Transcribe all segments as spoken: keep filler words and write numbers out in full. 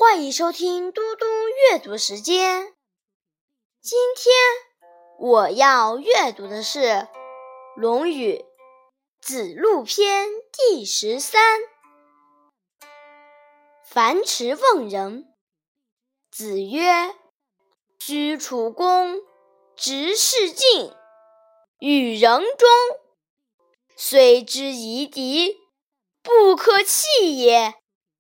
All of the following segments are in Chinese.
欢迎收听嘟嘟阅读时间。今天我要阅读的是《论语·子路篇》第十三。樊迟问仁。子曰：居处恭，执事敬，与人忠，虽之夷狄，不可弃也。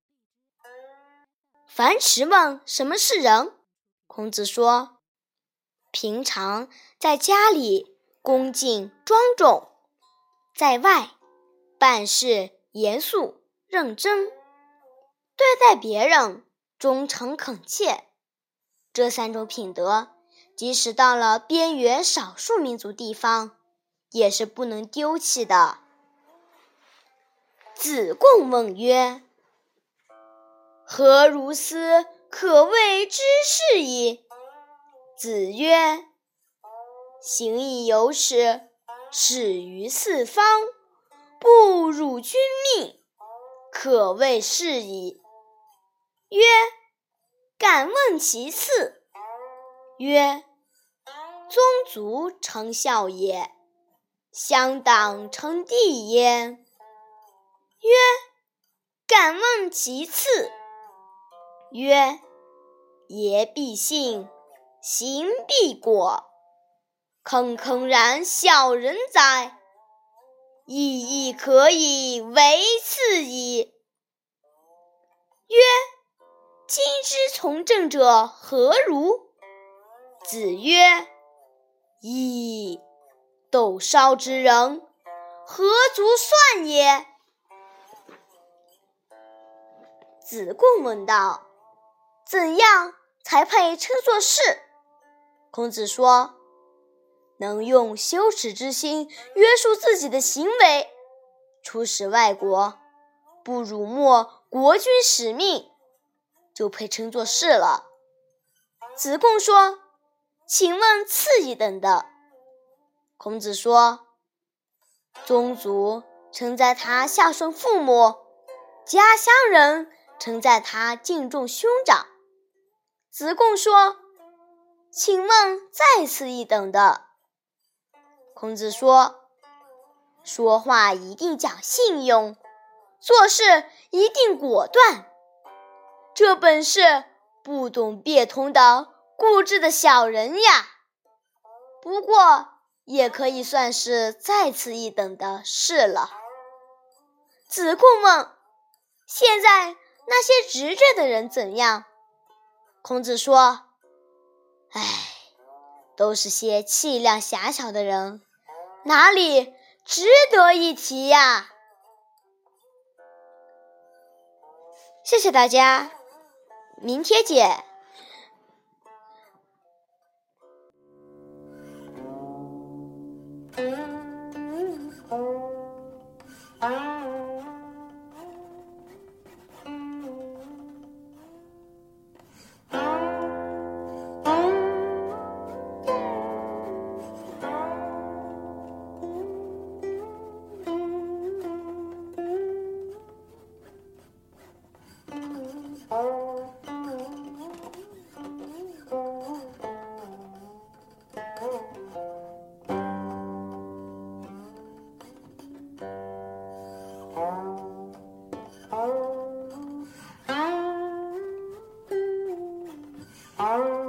樊迟问什么是仁？孔子说，平常在家里恭敬庄重，在外办事严肃认真，对待别人忠诚恳切。这三种品德，即使到了边缘少数民族地方，也是不能丢弃的。子贡问曰：何如斯可谓知是矣？子曰：行以有始，始于四方，不辱君命，可谓是矣。曰：敢问其次。曰：宗族称孝也，乡党称弟焉。曰：敢问其次。曰：言必信，行必果，坑坑然小人哉！亦亦可以为次矣。曰：今之从政者何如？子曰：噫！斗烧之人，何足算也？子贡问道：怎样才配称作士？孔子说，能用羞耻之心约束自己的行为，出使外国，不辱没国君使命，就配称作士了。子贡说，请问次一等的？孔子说，宗族称赞他孝顺父母，家乡人称赞他敬重兄长。子贡说，请问再次一等的？孔子说，说话一定讲信用，做事一定果断，这本是不懂变通的固执的小人呀。不过也可以算是再次一等的士了。子贡问，现在那些执政的人怎样？孔子说，唉，都是些气量狭小的人，哪里值得一提呀？谢谢大家，明天见。Oh